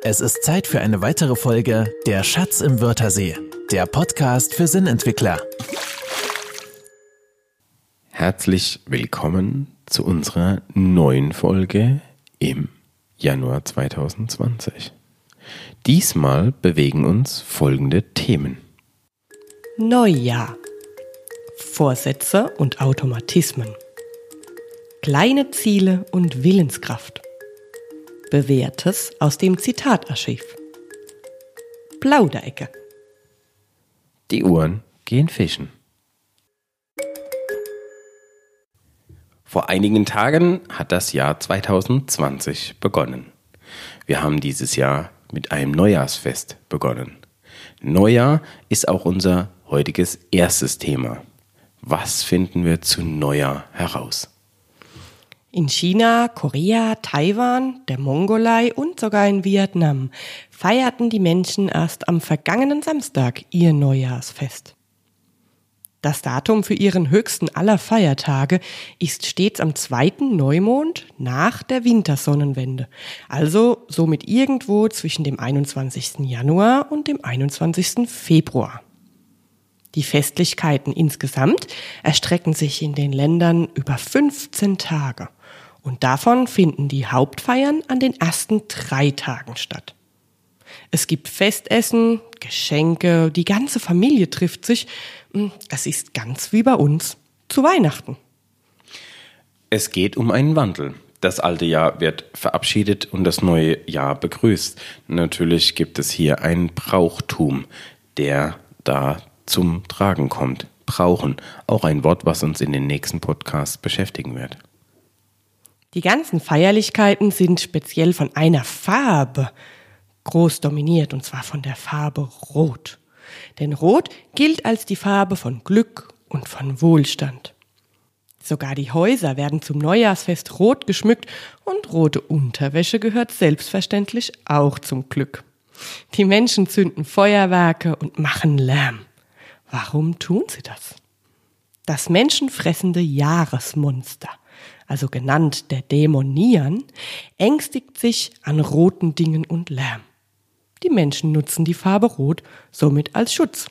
Es ist Zeit für eine weitere Folge Der Schatz im Wörthersee, der Podcast für Sinnentwickler. Herzlich willkommen zu unserer neuen Folge im Januar 2020. Diesmal bewegen uns folgende Themen. Neujahr. Vorsätze und Automatismen. Kleine Ziele und Willenskraft. Bewährtes aus dem Zitatarchiv. Plauderecke. Die Uhren gehen fischen. Vor einigen Tagen hat das Jahr 2020 begonnen. Wir haben dieses Jahr mit einem Neujahrsfest begonnen. Neujahr ist auch unser heutiges erstes Thema. Was finden wir zu Neujahr heraus? In China, Korea, Taiwan, der Mongolei und sogar in Vietnam feierten die Menschen erst am vergangenen Samstag ihr Neujahrsfest. Das Datum für ihren höchsten aller Feiertage ist stets am 2. Neumond nach der Wintersonnenwende, also somit irgendwo zwischen dem 21. Januar und dem 21. Februar. Die Festlichkeiten insgesamt erstrecken sich in den Ländern über 15 Tage. Und davon finden die Hauptfeiern an den ersten 3 Tagen statt. Es gibt Festessen, Geschenke, die ganze Familie trifft sich. Es ist ganz wie bei uns zu Weihnachten. Es geht um einen Wandel. Das alte Jahr wird verabschiedet und das neue Jahr begrüßt. Natürlich gibt es hier einen Brauchtum, der da zum Tragen kommt. Brauchen, auch ein Wort, was uns in den nächsten Podcasts beschäftigen wird. Die ganzen Feierlichkeiten sind speziell von einer Farbe groß dominiert, und zwar von der Farbe Rot. Denn Rot gilt als die Farbe von Glück und von Wohlstand. Sogar die Häuser werden zum Neujahrsfest rot geschmückt und rote Unterwäsche gehört selbstverständlich auch zum Glück. Die Menschen zünden Feuerwerke und machen Lärm. Warum tun sie das? Das menschenfressende Jahresmonster, also genannt der Dämonian, ängstigt sich an roten Dingen und Lärm. Die Menschen nutzen die Farbe Rot somit als Schutz.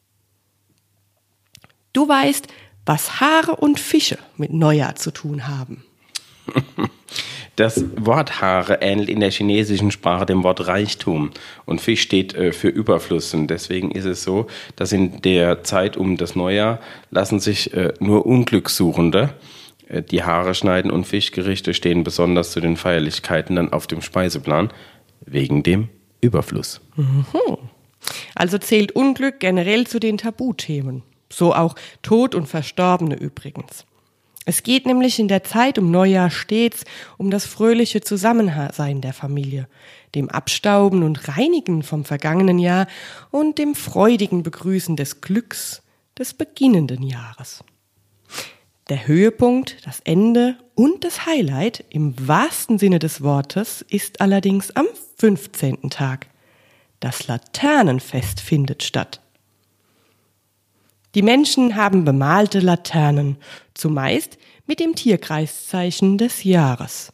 Du weißt, was Haare und Fische mit Neujahr zu tun haben. Das Wort Haare ähnelt in der chinesischen Sprache dem Wort Reichtum und Fisch steht für Überfluss und deswegen ist es so, dass in der Zeit um das Neujahr lassen sich nur Unglückssuchende die Haare schneiden und Fischgerichte stehen besonders zu den Feierlichkeiten dann auf dem Speiseplan wegen dem Überfluss. Also zählt Unglück generell zu den Tabuthemen. So auch Tod und Verstorbene übrigens. Es geht nämlich in der Zeit um Neujahr stets um das fröhliche Zusammensein der Familie, dem Abstauben und Reinigen vom vergangenen Jahr und dem freudigen Begrüßen des Glücks des beginnenden Jahres. Der Höhepunkt, das Ende und das Highlight im wahrsten Sinne des Wortes ist allerdings am 15. Tag. Das Laternenfest findet statt. Die Menschen haben bemalte Laternen, zumeist mit dem Tierkreiszeichen des Jahres.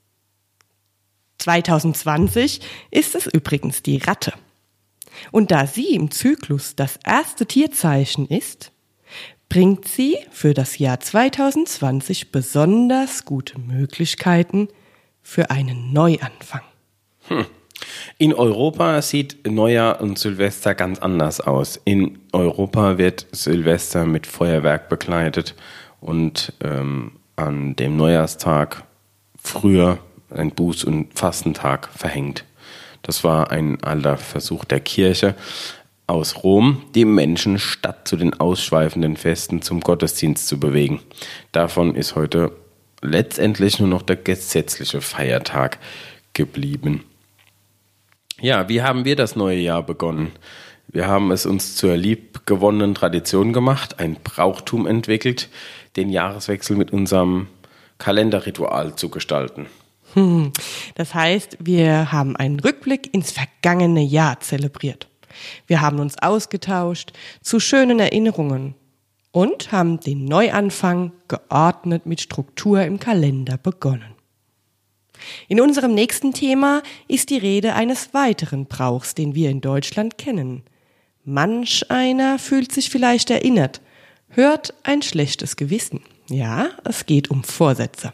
2020 ist es übrigens die Ratte. Und da sie im Zyklus das erste Tierzeichen ist, bringt sie für das Jahr 2020 besonders gute Möglichkeiten für einen Neuanfang. In Europa sieht Neujahr und Silvester ganz anders aus. In Europa wird Silvester mit Feuerwerk begleitet und an dem Neujahrstag früher ein Buß- und Fastentag verhängt. Das war ein alter Versuch der Kirche aus Rom, die Menschen statt zu den ausschweifenden Festen zum Gottesdienst zu bewegen. Davon ist heute letztendlich nur noch der gesetzliche Feiertag geblieben. Ja, wie haben wir das neue Jahr begonnen? Wir haben es uns zur liebgewonnenen Tradition gemacht, ein Brauchtum entwickelt, den Jahreswechsel mit unserem Kalenderritual zu gestalten. Das heißt, wir haben einen Rückblick ins vergangene Jahr zelebriert. Wir haben uns ausgetauscht zu schönen Erinnerungen und haben den Neuanfang geordnet mit Struktur im Kalender begonnen. In unserem nächsten Thema ist die Rede eines weiteren Brauchs, den wir in Deutschland kennen. Manch einer fühlt sich vielleicht erinnert, hört ein schlechtes Gewissen. Ja, es geht um Vorsätze.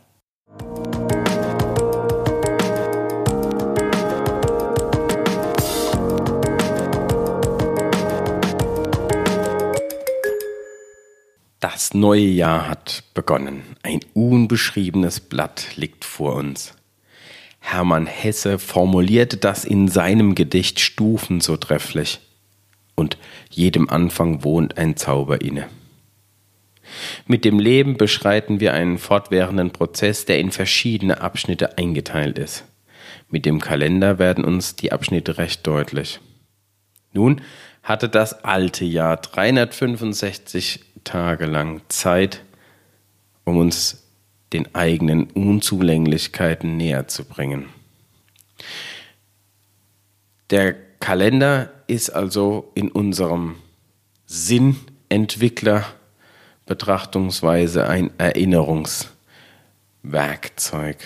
Das neue Jahr hat begonnen. Ein unbeschriebenes Blatt liegt vor uns. Hermann Hesse formulierte das in seinem Gedicht Stufen so trefflich. Und jedem Anfang wohnt ein Zauber inne. Mit dem Leben beschreiten wir einen fortwährenden Prozess, der in verschiedene Abschnitte eingeteilt ist. Mit dem Kalender werden uns die Abschnitte recht deutlich. Nun hatte das alte Jahr 365 Tage lang Zeit, um uns den eigenen Unzulänglichkeiten näher zu bringen. Der Kalender ist also in unserem Sinnentwickler betrachtungsweise ein Erinnerungswerkzeug.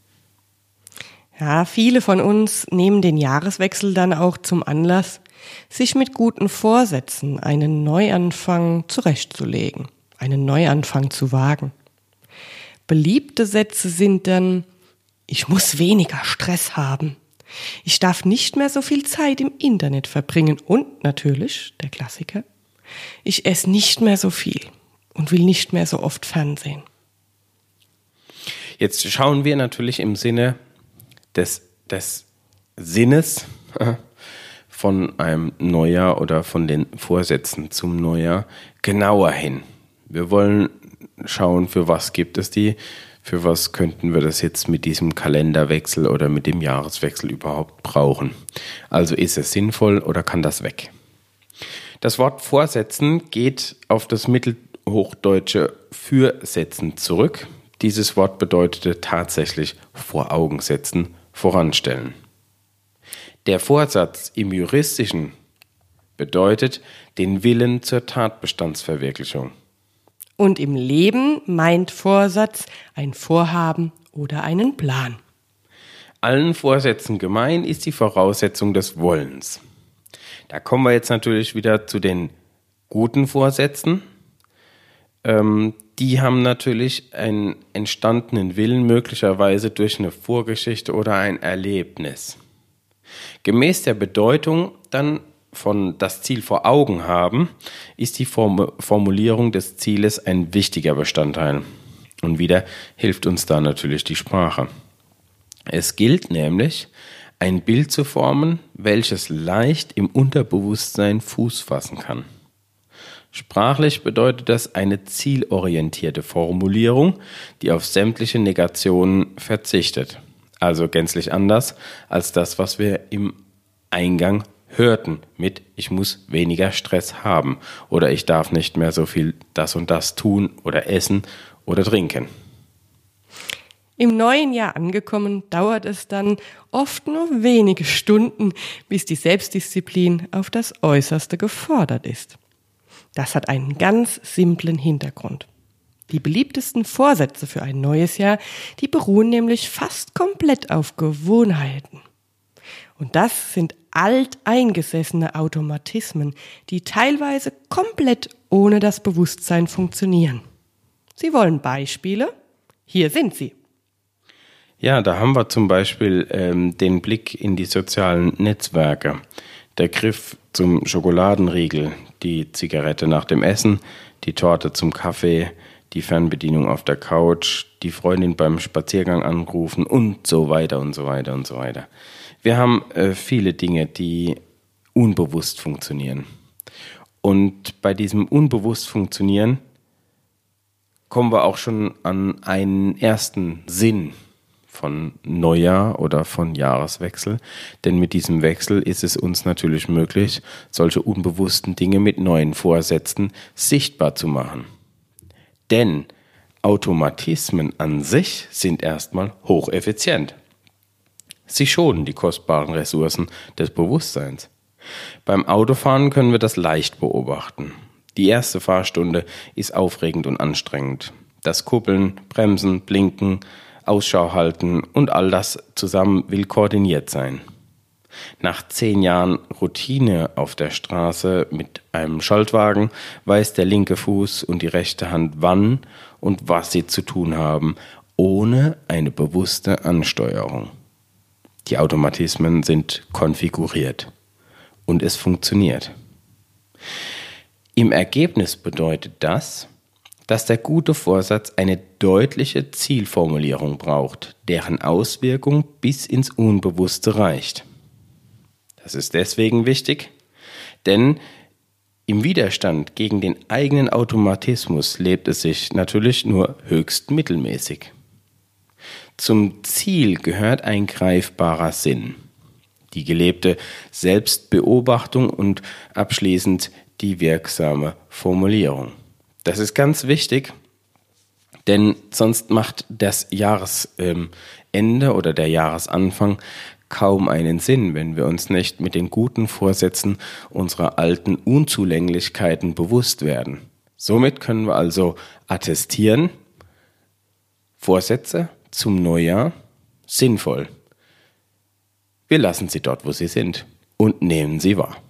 Ja, viele von uns nehmen den Jahreswechsel dann auch zum Anlass, sich mit guten Vorsätzen einen Neuanfang zurechtzulegen, einen Neuanfang zu wagen. Beliebte Sätze sind dann: Ich muss weniger Stress haben. Ich darf nicht mehr so viel Zeit im Internet verbringen und natürlich, der Klassiker, ich esse nicht mehr so viel und will nicht mehr so oft Fernsehen. Jetzt schauen wir natürlich im Sinne des Sinnes von einem Neujahr oder von den Vorsätzen zum Neujahr genauer hin. Wir wollen schauen, für was gibt es die, für was könnten wir das jetzt mit diesem Kalenderwechsel oder mit dem Jahreswechsel überhaupt brauchen. Also ist es sinnvoll oder kann das weg? Das Wort Vorsätzen geht auf das mittelhochdeutsche Fürsetzen zurück. Dieses Wort bedeutete tatsächlich vor Augen setzen, voranstellen. Der Vorsatz im Juristischen bedeutet den Willen zur Tatbestandsverwirklichung. Und im Leben meint Vorsatz ein Vorhaben oder einen Plan. Allen Vorsätzen gemein ist die Voraussetzung des Wollens. Da kommen wir jetzt natürlich wieder zu den guten Vorsätzen. Die haben natürlich einen entstandenen Willen, möglicherweise durch eine Vorgeschichte oder ein Erlebnis. Gemäß der Bedeutung dann von das Ziel vor Augen haben, ist die Formulierung des Zieles ein wichtiger Bestandteil. Und wieder hilft uns da natürlich die Sprache. Es gilt nämlich, ein Bild zu formen, welches leicht im Unterbewusstsein Fuß fassen kann. Sprachlich bedeutet das eine zielorientierte Formulierung, die auf sämtliche Negationen verzichtet. Also gänzlich anders als das, was wir im Eingang hörten mit ich muss weniger Stress haben oder ich darf nicht mehr so viel das und das tun oder essen oder trinken. Im neuen Jahr angekommen, dauert es dann oft nur wenige Stunden, bis die Selbstdisziplin auf das Äußerste gefordert ist. Das hat einen ganz simplen Hintergrund. Die beliebtesten Vorsätze für ein neues Jahr, die beruhen nämlich fast komplett auf Gewohnheiten. Und das sind alteingesessene Automatismen, die teilweise komplett ohne das Bewusstsein funktionieren. Sie wollen Beispiele? Hier sind sie. Ja, da haben wir zum Beispiel den Blick in die sozialen Netzwerke. Der Griff zum Schokoladenriegel, die Zigarette nach dem Essen, die Torte zum Kaffee, die Fernbedienung auf der Couch, die Freundin beim Spaziergang anrufen und so weiter und so weiter und so weiter. Wir haben viele Dinge, die unbewusst funktionieren. Und bei diesem unbewusst Funktionieren kommen wir auch schon an einen ersten Sinn von Neujahr oder von Jahreswechsel. Denn mit diesem Wechsel ist es uns natürlich möglich, solche unbewussten Dinge mit neuen Vorsätzen sichtbar zu machen. Denn Automatismen an sich sind erstmal hocheffizient. Sie schonen die kostbaren Ressourcen des Bewusstseins. Beim Autofahren können wir das leicht beobachten. Die erste Fahrstunde ist aufregend und anstrengend. Das Kuppeln, Bremsen, Blinken, Ausschau halten und all das zusammen will koordiniert sein. Nach 10 Jahren Routine auf der Straße mit einem Schaltwagen weiß der linke Fuß und die rechte Hand wann und was sie zu tun haben, ohne eine bewusste Ansteuerung. Die Automatismen sind konfiguriert und es funktioniert. Im Ergebnis bedeutet das, dass der gute Vorsatz eine deutliche Zielformulierung braucht, deren Auswirkung bis ins Unbewusste reicht. Das ist deswegen wichtig, denn im Widerstand gegen den eigenen Automatismus lebt es sich natürlich nur höchst mittelmäßig. Zum Ziel gehört ein greifbarer Sinn, die gelebte Selbstbeobachtung und abschließend die wirksame Formulierung. Das ist ganz wichtig, denn sonst macht das Jahresende oder der Jahresanfang kaum einen Sinn, wenn wir uns nicht mit den guten Vorsätzen unserer alten Unzulänglichkeiten bewusst werden. Somit können wir also attestieren, Vorsätze zum Neujahr sinnvoll. Wir lassen sie dort, wo sie sind und nehmen sie wahr.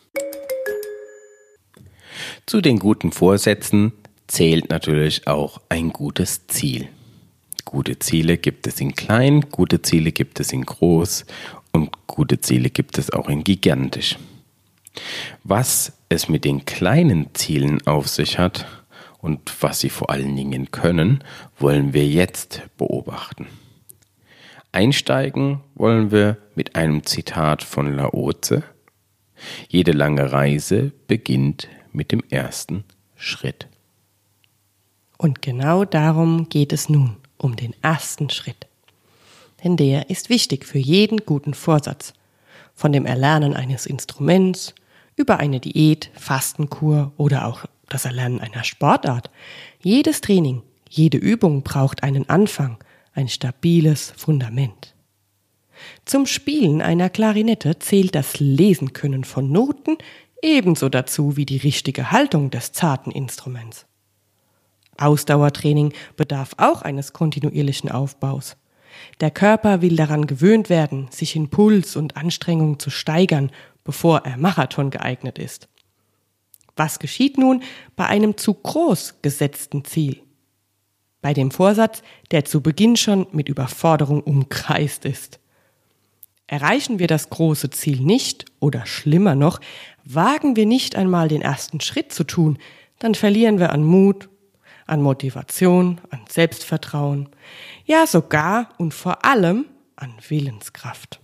Zu den guten Vorsätzen zählt natürlich auch ein gutes Ziel. Gute Ziele gibt es in klein, gute Ziele gibt es in groß und gute Ziele gibt es auch in gigantisch. Was es mit den kleinen Zielen auf sich hat und was sie vor allen Dingen können, wollen wir jetzt beobachten. Einsteigen wollen wir mit einem Zitat von Lao-Tse. Jede lange Reise beginnt mit dem ersten Schritt. Und genau darum geht es nun, um den ersten Schritt. Denn der ist wichtig für jeden guten Vorsatz. Von dem Erlernen eines Instruments über eine Diät, Fastenkur oder auch das Erlernen einer Sportart. Jedes Training, jede Übung braucht einen Anfang, ein stabiles Fundament. Zum Spielen einer Klarinette zählt das Lesenkönnen von Noten ebenso dazu wie die richtige Haltung des zarten Instruments. Ausdauertraining bedarf auch eines kontinuierlichen Aufbaus. Der Körper will daran gewöhnt werden, sich in Puls und Anstrengung zu steigern, bevor er Marathon geeignet ist. Was geschieht nun bei einem zu groß gesetzten Ziel? Bei dem Vorsatz, der zu Beginn schon mit Überforderung umkreist ist. Erreichen wir das große Ziel nicht oder schlimmer noch, wagen wir nicht einmal den ersten Schritt zu tun, dann verlieren wir an Mut, an Motivation, an Selbstvertrauen, ja sogar und vor allem an Willenskraft.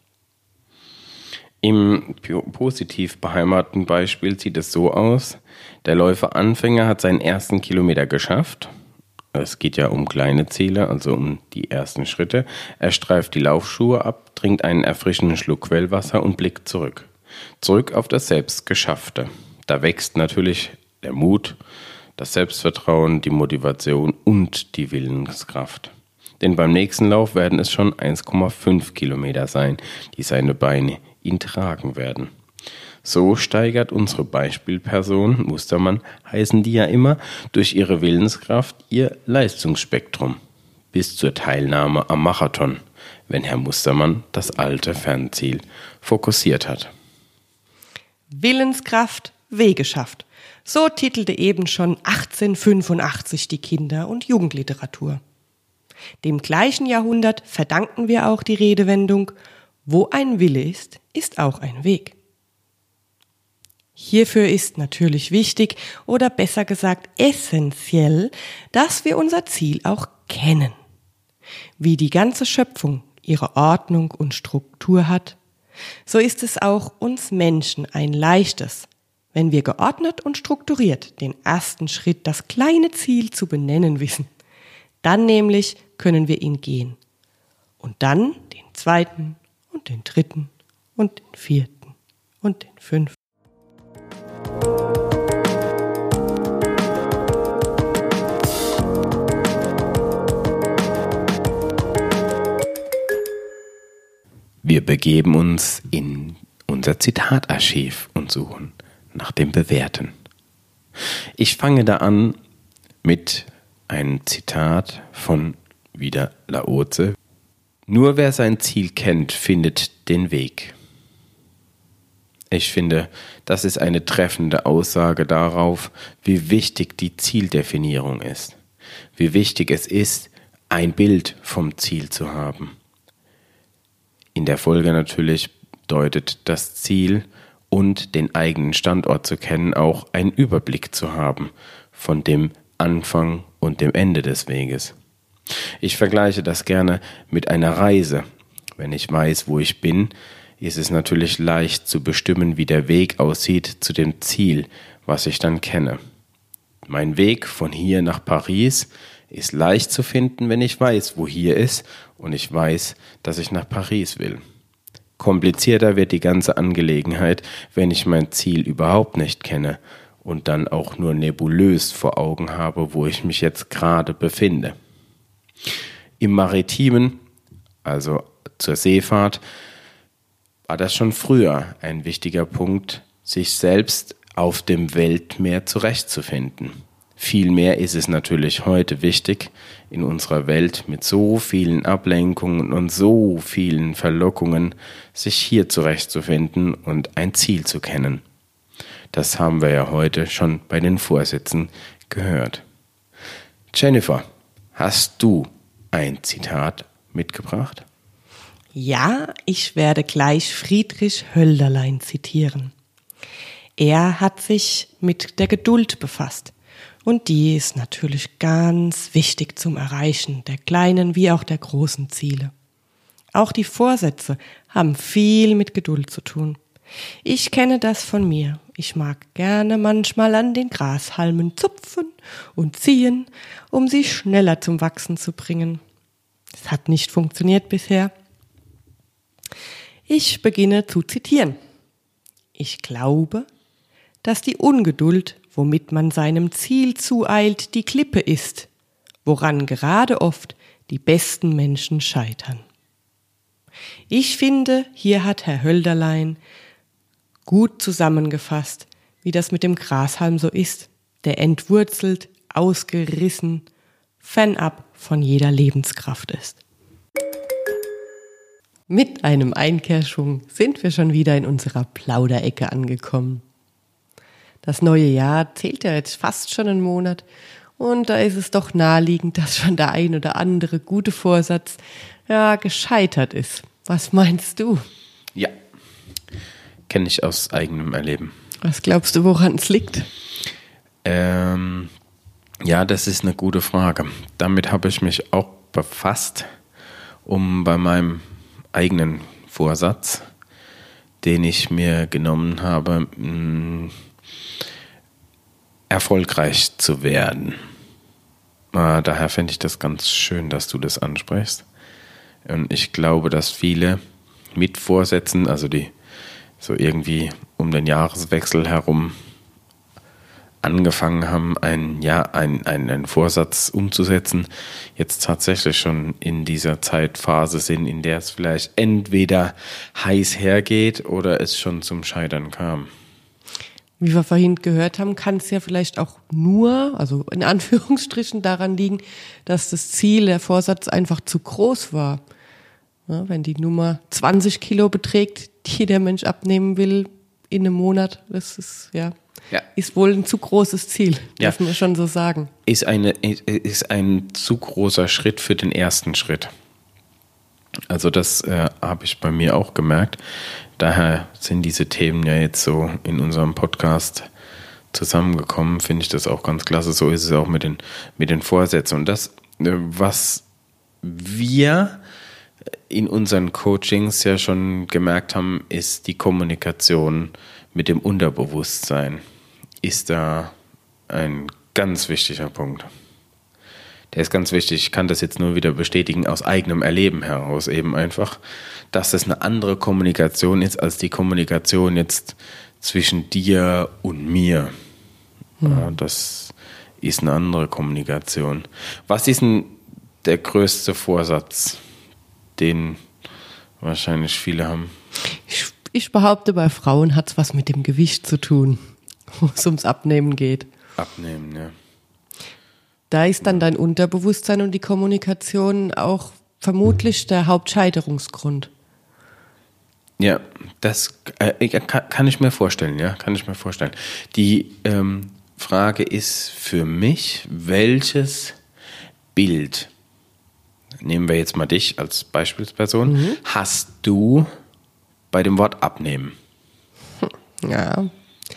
Im positiv beheimateten Beispiel sieht es so aus, der Läuferanfänger hat seinen ersten Kilometer geschafft. Es geht ja um kleine Ziele, also um die ersten Schritte. Er streift die Laufschuhe ab, trinkt einen erfrischenden Schluck Quellwasser und blickt zurück. Zurück auf das Selbstgeschaffte. Da wächst natürlich der Mut, das Selbstvertrauen, die Motivation und die Willenskraft. Denn beim nächsten Lauf werden es schon 1,5 Kilometer sein, die seine Beine ihn tragen werden. So steigert unsere Beispielperson, Mustermann heißen die ja immer, durch ihre Willenskraft ihr Leistungsspektrum bis zur Teilnahme am Marathon, wenn Herr Mustermann das alte Fernziel fokussiert hat. Willenskraft, Wegeschaft. So titelte eben schon 1885 die Kinder- und Jugendliteratur. Dem gleichen Jahrhundert verdanken wir auch die Redewendung, wo ein Wille ist, ist auch ein Weg. Hierfür ist natürlich wichtig oder besser gesagt essentiell, dass wir unser Ziel auch kennen. Wie die ganze Schöpfung ihre Ordnung und Struktur hat, so ist es auch uns Menschen ein leichtes, wenn wir geordnet und strukturiert den ersten Schritt, das kleine Ziel zu benennen wissen. Dann nämlich können wir ihn gehen. Und dann den zweiten und den dritten und den vierten und den fünften. Wir begeben uns in unser Zitatarchiv und suchen nach dem Bewährten. Ich fange da an mit einem Zitat von wieder Laozi. Nur wer sein Ziel kennt, findet den Weg. Ich finde, das ist eine treffende Aussage darauf, wie wichtig die Zieldefinierung ist. Wie wichtig es ist, ein Bild vom Ziel zu haben. In der Folge natürlich deutet das Ziel und den eigenen Standort zu kennen auch einen Überblick zu haben von dem Anfang und dem Ende des Weges. Ich vergleiche das gerne mit einer Reise. Wenn ich weiß, wo ich bin, ist es natürlich leicht zu bestimmen, wie der Weg aussieht zu dem Ziel, was ich dann kenne. Mein Weg von hier nach Paris ist leicht zu finden, wenn ich weiß, wo hier ist und ich weiß, dass ich nach Paris will. Komplizierter wird die ganze Angelegenheit, wenn ich mein Ziel überhaupt nicht kenne und dann auch nur nebulös vor Augen habe, wo ich mich jetzt gerade befinde. Im Maritimen, also zur Seefahrt, war das schon früher ein wichtiger Punkt, sich selbst auf dem Weltmeer zurechtzufinden. Vielmehr ist es natürlich heute wichtig, in unserer Welt mit so vielen Ablenkungen und so vielen Verlockungen, sich hier zurechtzufinden und ein Ziel zu kennen. Das haben wir ja heute schon bei den Vorsätzen gehört. Jennifer, hast du ein Zitat mitgebracht? Ja, ich werde gleich Friedrich Hölderlin zitieren. Er hat sich mit der Geduld befasst. Und die ist natürlich ganz wichtig zum Erreichen der kleinen wie auch der großen Ziele. Auch die Vorsätze haben viel mit Geduld zu tun. Ich kenne das von mir. Ich mag gerne manchmal an den Grashalmen zupfen und ziehen, um sie schneller zum Wachsen zu bringen. Es hat nicht funktioniert bisher. Ich beginne zu zitieren. Ich glaube, dass die Ungeduld, womit man seinem Ziel zueilt, die Klippe ist, woran gerade oft die besten Menschen scheitern. Ich finde, hier hat Herr Hölderlin gut zusammengefasst, wie das mit dem Grashalm so ist, der entwurzelt, ausgerissen, fernab von jeder Lebenskraft ist. Mit einem Einkehrschwung sind wir schon wieder in unserer Plauderecke angekommen. Das neue Jahr zählt ja jetzt fast schon einen Monat und da ist es doch naheliegend, dass schon der ein oder andere gute Vorsatz gescheitert ist. Was meinst du? Ja, kenne ich aus eigenem Erleben. Was glaubst du, woran es liegt? Ja, das ist eine gute Frage. Damit habe ich mich auch befasst, um bei meinem eigenen Vorsatz, den ich mir genommen habe, erfolgreich zu werden. Daher finde ich das ganz schön, dass du das ansprichst. Und ich glaube, dass viele mit Vorsätzen, also die so irgendwie um den Jahreswechsel herum angefangen haben, einen Vorsatz umzusetzen, jetzt tatsächlich schon in dieser Zeitphase sind, in der es vielleicht entweder heiß hergeht oder es schon zum Scheitern kam. Wie wir vorhin gehört haben, kann es ja vielleicht auch nur, also in Anführungsstrichen, daran liegen, dass das Ziel, der Vorsatz einfach zu groß war. Ja, wenn die Nummer 20 Kilo beträgt, die der Mensch abnehmen will in einem Monat, das ist ist wohl ein zu großes Ziel, darf man schon so sagen. Ist ein zu großer Schritt für den ersten Schritt. Also das habe ich bei mir auch gemerkt. Daher sind diese Themen ja jetzt so in unserem Podcast zusammengekommen. Finde ich das auch ganz klasse. So ist es auch mit den Vorsätzen. Und das, was wir in unseren Coachings ja schon gemerkt haben, ist die Kommunikation mit dem Unterbewusstsein. Ist da ein ganz wichtiger Punkt. Der ist ganz wichtig. Ich kann das jetzt nur wieder bestätigen aus eigenem Erleben heraus eben einfach, dass das eine andere Kommunikation ist als die Kommunikation jetzt zwischen dir und mir. Ja, das ist eine andere Kommunikation. Was ist denn der größte Vorsatz, den wahrscheinlich viele haben? Ich behaupte, bei Frauen hat es was mit dem Gewicht zu tun, wo es ums Abnehmen geht. Abnehmen, ja. Da ist dann dein Unterbewusstsein und die Kommunikation auch vermutlich der Hauptscheiterungsgrund. Ja, das kann ich mir vorstellen, ja, kann ich mir vorstellen. Die Frage ist für mich, welches Bild, nehmen wir jetzt mal dich als Beispielsperson, hast du bei dem Wort abnehmen? Ja.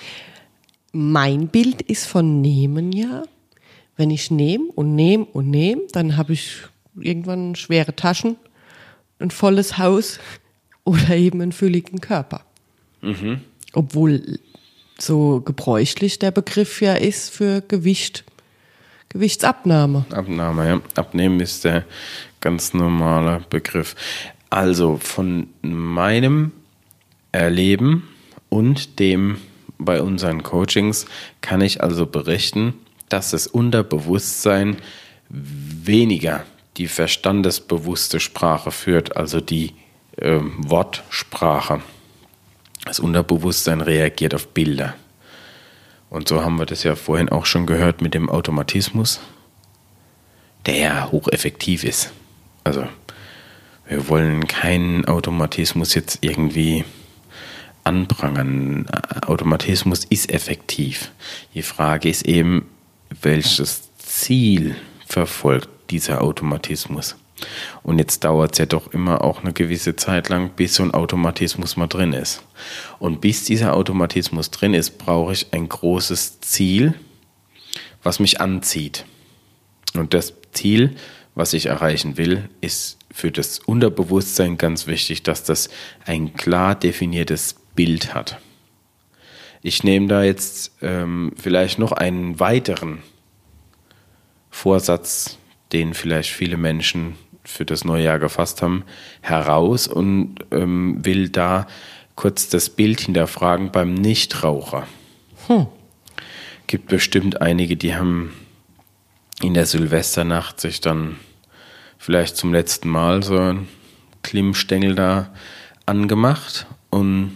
Mein Bild ist von nehmen, ja. Wenn ich nehme und nehme und nehme, dann habe ich irgendwann schwere Taschen, ein volles Haus oder eben einen fülligen Körper. Mhm. Obwohl so gebräuchlich der Begriff ja ist für Gewichtsabnahme. Abnahme, ja. Abnehmen ist der ganz normale Begriff. Also von meinem Erleben und dem bei unseren Coachings kann ich also berichten, dass das Unterbewusstsein weniger die verstandesbewusste Sprache führt, also die Wortsprache. Das Unterbewusstsein reagiert auf Bilder. Und so haben wir das ja vorhin auch schon gehört mit dem Automatismus, der ja hocheffektiv ist. Also wir wollen keinen Automatismus jetzt irgendwie anprangern. Automatismus ist effektiv. Die Frage ist eben, welches Ziel verfolgt dieser Automatismus? Und jetzt dauert es ja doch immer auch eine gewisse Zeit lang, bis so ein Automatismus mal drin ist. Und bis dieser Automatismus drin ist, brauche ich ein großes Ziel, was mich anzieht. Und das Ziel, was ich erreichen will, ist für das Unterbewusstsein ganz wichtig, dass das ein klar definiertes Bild hat. Ich nehme da jetzt vielleicht noch einen weiteren Vorsatz, den vielleicht viele Menschen für das neue Jahr gefasst haben, heraus und will da kurz das Bild hinterfragen beim Nichtraucher. Gibt bestimmt einige, die haben in der Silvesternacht sich dann vielleicht zum letzten Mal so einen Klimmstängel da angemacht und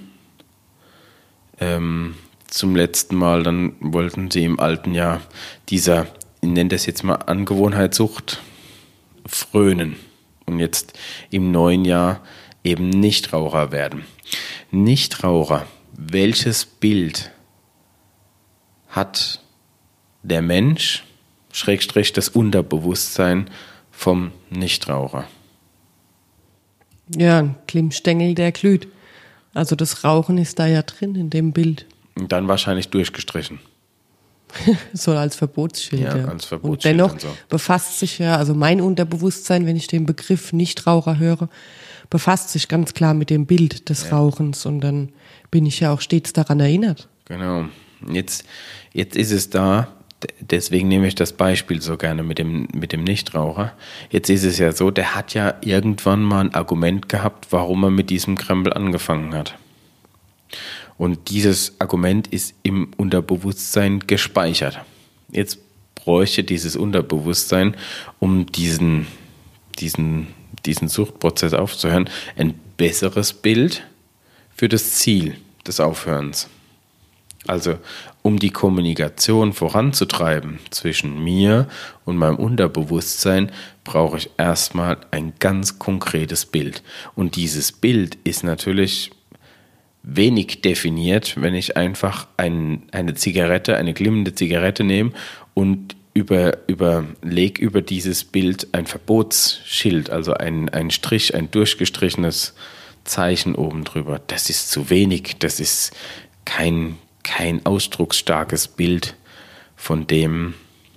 zum letzten Mal dann wollten sie im alten Jahr dieser, ich nenne das jetzt mal Angewohnheitssucht, frönen und jetzt im neuen Jahr eben Nichtraucher werden. Nichtraucher, welches Bild hat der Mensch, Schrägstrich das Unterbewusstsein vom Nichtraucher? Ja, ein Klimmstängel, der glüht. Also das Rauchen ist da ja drin in dem Bild. Und dann wahrscheinlich durchgestrichen. So als Verbotsschild. Ja, ja. als Verbotsschild. Und dennoch und so. befasst sich ja, also mein Unterbewusstsein, wenn ich den Begriff Nichtraucher höre, befasst sich ganz klar mit dem Bild des Rauchens. Und dann bin ich ja auch stets daran erinnert. Genau. Jetzt ist es da, deswegen nehme ich das Beispiel so gerne mit dem Nichtraucher. Jetzt ist es ja so, der hat ja irgendwann mal ein Argument gehabt, warum er mit diesem Krempel angefangen hat. Und dieses Argument ist im Unterbewusstsein gespeichert. Jetzt bräuchte dieses Unterbewusstsein, um diesen Suchtprozess aufzuhören, ein besseres Bild für das Ziel des Aufhörens. Also um die Kommunikation voranzutreiben zwischen mir und meinem Unterbewusstsein, brauche ich erstmal ein ganz konkretes Bild. Und dieses Bild ist natürlich wenig definiert, wenn ich einfach eine glimmende Zigarette nehme und leg über dieses Bild ein Verbotsschild, also ein Strich, ein durchgestrichenes Zeichen oben drüber. Das ist zu wenig, das ist kein ausdrucksstarkes Bild von dem,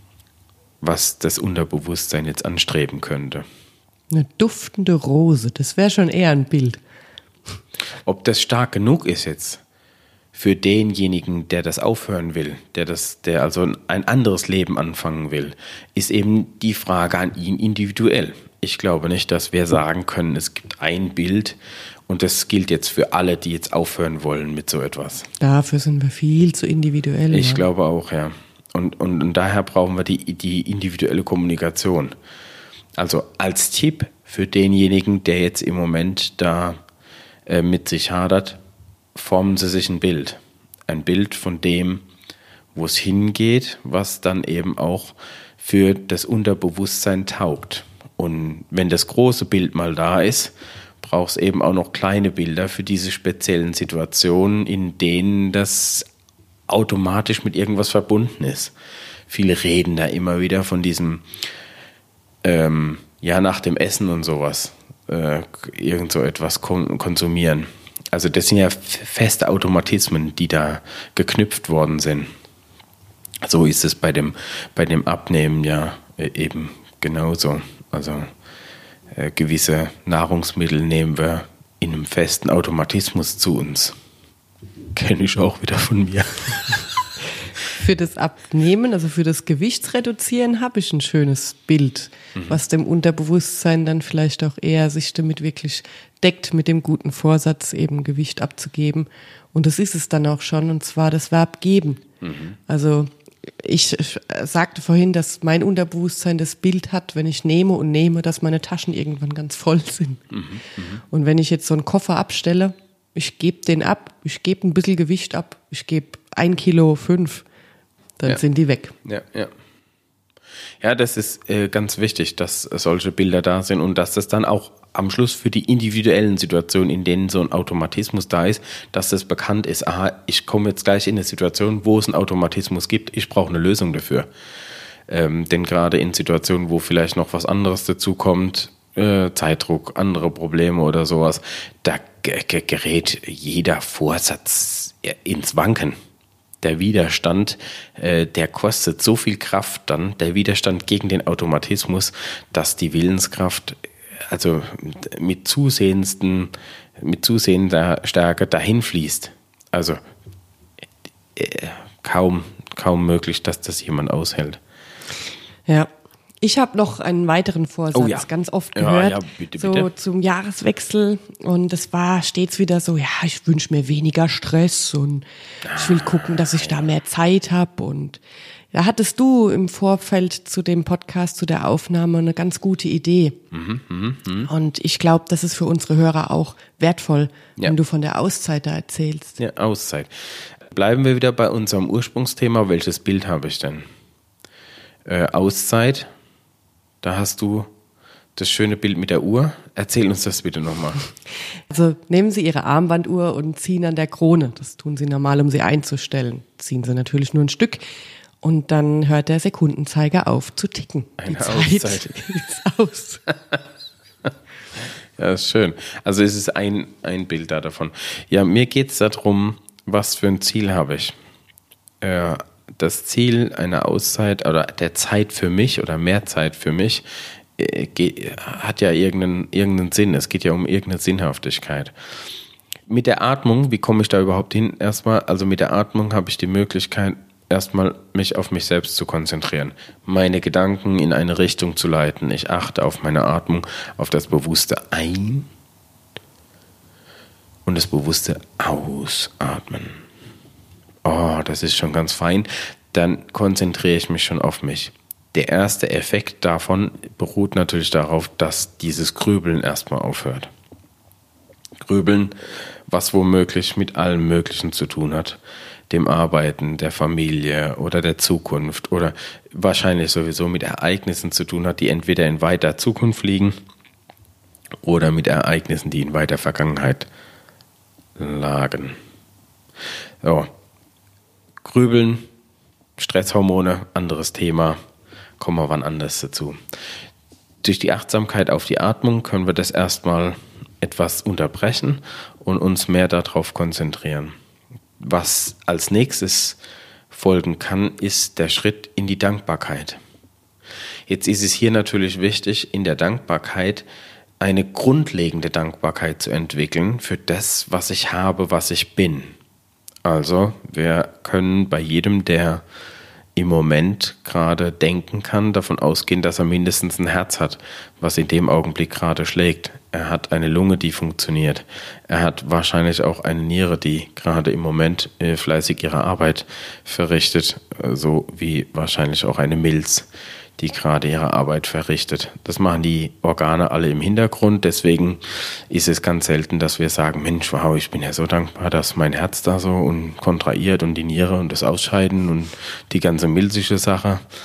was das Unterbewusstsein jetzt anstreben könnte. Eine duftende Rose, das wäre schon eher ein Bild. Ob das stark genug ist jetzt für denjenigen, der das aufhören will, der also ein anderes Leben anfangen will, ist eben die Frage an ihn individuell. Ich glaube nicht, dass wir sagen können, es gibt ein Bild und das gilt jetzt für alle, die jetzt aufhören wollen mit so etwas. Dafür sind wir viel zu individuell. Ich glaube auch, ja. Und daher brauchen wir die individuelle Kommunikation. Also als Tipp für denjenigen, der jetzt im Moment da mit sich hadert, formen Sie sich ein Bild. Ein Bild von dem, wo es hingeht, was dann eben auch für das Unterbewusstsein taugt. Und wenn das große Bild mal da ist, braucht es eben auch noch kleine Bilder für diese speziellen Situationen, in denen das automatisch mit irgendwas verbunden ist. Viele reden da immer wieder von diesem, nach dem Essen und sowas, irgend so etwas konsumieren. Also das sind ja feste Automatismen, die da geknüpft worden sind. So ist es bei dem Abnehmen ja eben genauso. Also gewisse Nahrungsmittel nehmen wir in einem festen Automatismus zu uns. Kenne ich auch wieder von mir. Für das Abnehmen, also für das Gewichtsreduzieren, habe ich ein schönes Bild, was dem Unterbewusstsein dann vielleicht auch eher sich damit wirklich deckt, mit dem guten Vorsatz, eben Gewicht abzugeben. Und das ist es dann auch schon, und zwar das Verb geben. Also ich sagte vorhin, dass mein Unterbewusstsein das Bild hat, wenn ich nehme, dass meine Taschen irgendwann ganz voll sind. Und wenn ich jetzt so einen Koffer abstelle, ich gebe den ab, ich gebe ein bisschen Gewicht ab, ich gebe 1,5 Kilo, dann sind die weg. Ja, das ist ganz wichtig, dass solche Bilder da sind und dass das dann auch am Schluss für die individuellen Situationen, in denen so ein Automatismus da ist, dass das bekannt ist. Aha, ich komme jetzt gleich in eine Situation, wo es einen Automatismus gibt. Ich brauche eine Lösung dafür. Denn gerade in Situationen, wo vielleicht noch was anderes dazukommt, Zeitdruck, andere Probleme oder sowas, da gerät jeder Vorsatz ins Wanken. Der Widerstand, der kostet so viel Kraft dann, der Widerstand gegen den Automatismus, dass die Willenskraft also mit zusehender Stärke dahin fließt. Also kaum möglich, dass das jemand aushält. Ja. Ich habe noch einen weiteren Vorsatz ganz oft gehört, bitte. Zum Jahreswechsel, und es war stets wieder so, ich wünsche mir weniger Stress und ich will gucken, dass ich da mehr Zeit habe. Und da hattest du im Vorfeld zu dem Podcast, zu der Aufnahme, eine ganz gute Idee. Und ich glaube, das ist für unsere Hörer auch wertvoll, wenn du von der Auszeit da erzählst. Ja, Auszeit. Bleiben wir wieder bei unserem Ursprungsthema. Welches Bild habe ich denn? Auszeit. Da hast du das schöne Bild mit der Uhr. Erzähl uns das bitte nochmal. Also nehmen Sie Ihre Armbanduhr und ziehen an der Krone. Das tun Sie normal, um sie einzustellen. Ziehen Sie natürlich nur ein Stück und dann hört der Sekundenzeiger auf zu ticken. Eine Die Auszeit. ist aus. Ja, ist schön. Also es ist ein Bild da davon. Ja, mir geht es darum, was für ein Ziel habe ich. Das Ziel einer Auszeit oder der Zeit für mich oder mehr Zeit für mich hat ja irgendeinen Sinn. Es geht ja um irgendeine Sinnhaftigkeit. Mit der Atmung, wie komme ich da überhaupt hin? Erstmal, also mit der Atmung habe ich die Möglichkeit, erstmal mich auf mich selbst zu konzentrieren, meine Gedanken in eine Richtung zu leiten. Ich achte auf meine Atmung, auf das bewusste Ein- und das bewusste Ausatmen. Oh, das ist schon ganz fein. Dann konzentriere ich mich schon auf mich. Der erste Effekt davon beruht natürlich darauf, dass dieses Grübeln erstmal aufhört. Grübeln, was womöglich mit allem Möglichen zu tun hat. Dem Arbeiten, der Familie oder der Zukunft oder wahrscheinlich sowieso mit Ereignissen zu tun hat, die entweder in weiter Zukunft liegen oder mit Ereignissen, die in weiter Vergangenheit lagen. So. Grübeln, Stresshormone, anderes Thema, kommen wir wann anders dazu. Durch die Achtsamkeit auf die Atmung können wir das erstmal etwas unterbrechen und uns mehr darauf konzentrieren. Was als nächstes folgen kann, ist der Schritt in die Dankbarkeit. Jetzt ist es hier natürlich wichtig, in der Dankbarkeit eine grundlegende Dankbarkeit zu entwickeln für das, was ich habe, was ich bin. Also, wir können bei jedem, der im Moment gerade denken kann, davon ausgehen, dass er mindestens ein Herz hat, was in dem Augenblick gerade schlägt. Er hat eine Lunge, die funktioniert. Er hat wahrscheinlich auch eine Niere, die gerade im Moment fleißig ihre Arbeit verrichtet, so wie wahrscheinlich auch eine Milz, die gerade ihre Arbeit verrichtet. Das machen die Organe alle im Hintergrund, deswegen ist es ganz selten, dass wir sagen, Mensch, wow, ich bin ja so dankbar, dass mein Herz da so und kontrahiert und die Niere und das Ausscheiden und die ganze milzige Sache.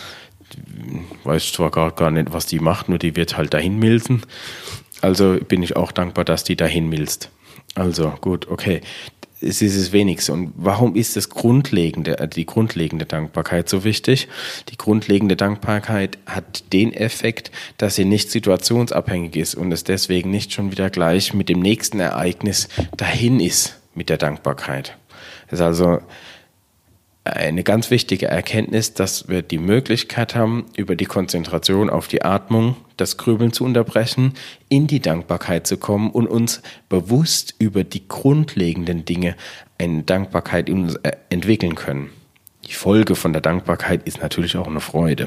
weiß zwar gar nicht, was die macht, nur die wird halt dahin milzen. Also bin ich auch dankbar, dass die dahin milzt. Also gut, okay. Es ist das Wenigste. Und warum ist die grundlegende Dankbarkeit so wichtig? Die grundlegende Dankbarkeit hat den Effekt, dass sie nicht situationsabhängig ist und es deswegen nicht schon wieder gleich mit dem nächsten Ereignis dahin ist mit der Dankbarkeit. Das ist also eine ganz wichtige Erkenntnis, dass wir die Möglichkeit haben, über die Konzentration auf die Atmung das Grübeln zu unterbrechen, in die Dankbarkeit zu kommen und uns bewusst über die grundlegenden Dinge eine Dankbarkeit in uns entwickeln können. Die Folge von der Dankbarkeit ist natürlich auch eine Freude.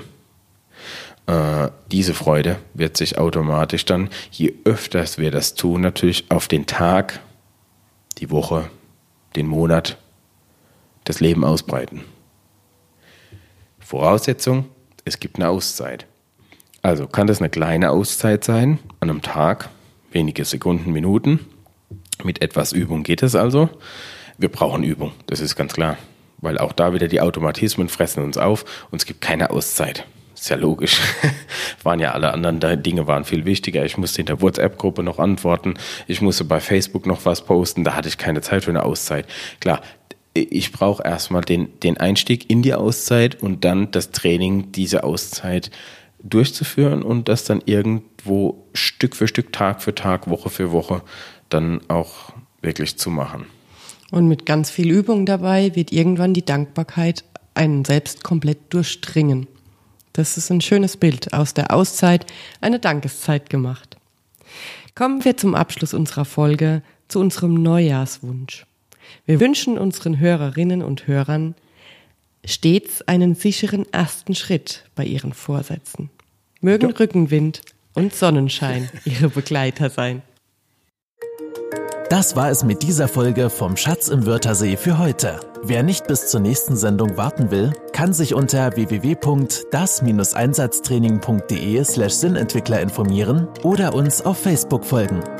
Diese Freude wird sich automatisch dann, je öfter wir das tun, natürlich auf den Tag, die Woche, den Monat, das Leben ausbreiten. Voraussetzung, es gibt eine Auszeit. Also kann das eine kleine Auszeit sein, an einem Tag, wenige Sekunden, Minuten. Mit etwas Übung geht es also. Wir brauchen Übung, das ist ganz klar. Weil auch da wieder die Automatismen fressen uns auf und es gibt keine Auszeit. Ist ja logisch. Alle anderen Dinge waren viel wichtiger. Ich musste in der WhatsApp-Gruppe noch antworten. Ich musste bei Facebook noch was posten. Da hatte ich keine Zeit für eine Auszeit. Klar, ich brauche erstmal den Einstieg in die Auszeit und dann das Training, diese Auszeit durchzuführen und das dann irgendwo Stück für Stück, Tag für Tag, Woche für Woche dann auch wirklich zu machen. Und mit ganz viel Übung dabei wird irgendwann die Dankbarkeit einen selbst komplett durchdringen. Das ist ein schönes Bild. Aus der Auszeit eine Dankeszeit gemacht. Kommen wir zum Abschluss unserer Folge zu unserem Neujahrswunsch. Wir wünschen unseren Hörerinnen und Hörern stets einen sicheren ersten Schritt bei ihren Vorsätzen. Mögen Rückenwind und Sonnenschein ihre Begleiter sein. Das war es mit dieser Folge vom Schatz im Wörthersee für heute. Wer nicht bis zur nächsten Sendung warten will, kann sich unter www.das-einsatztraining.de/Sinnentwickler informieren oder uns auf Facebook folgen.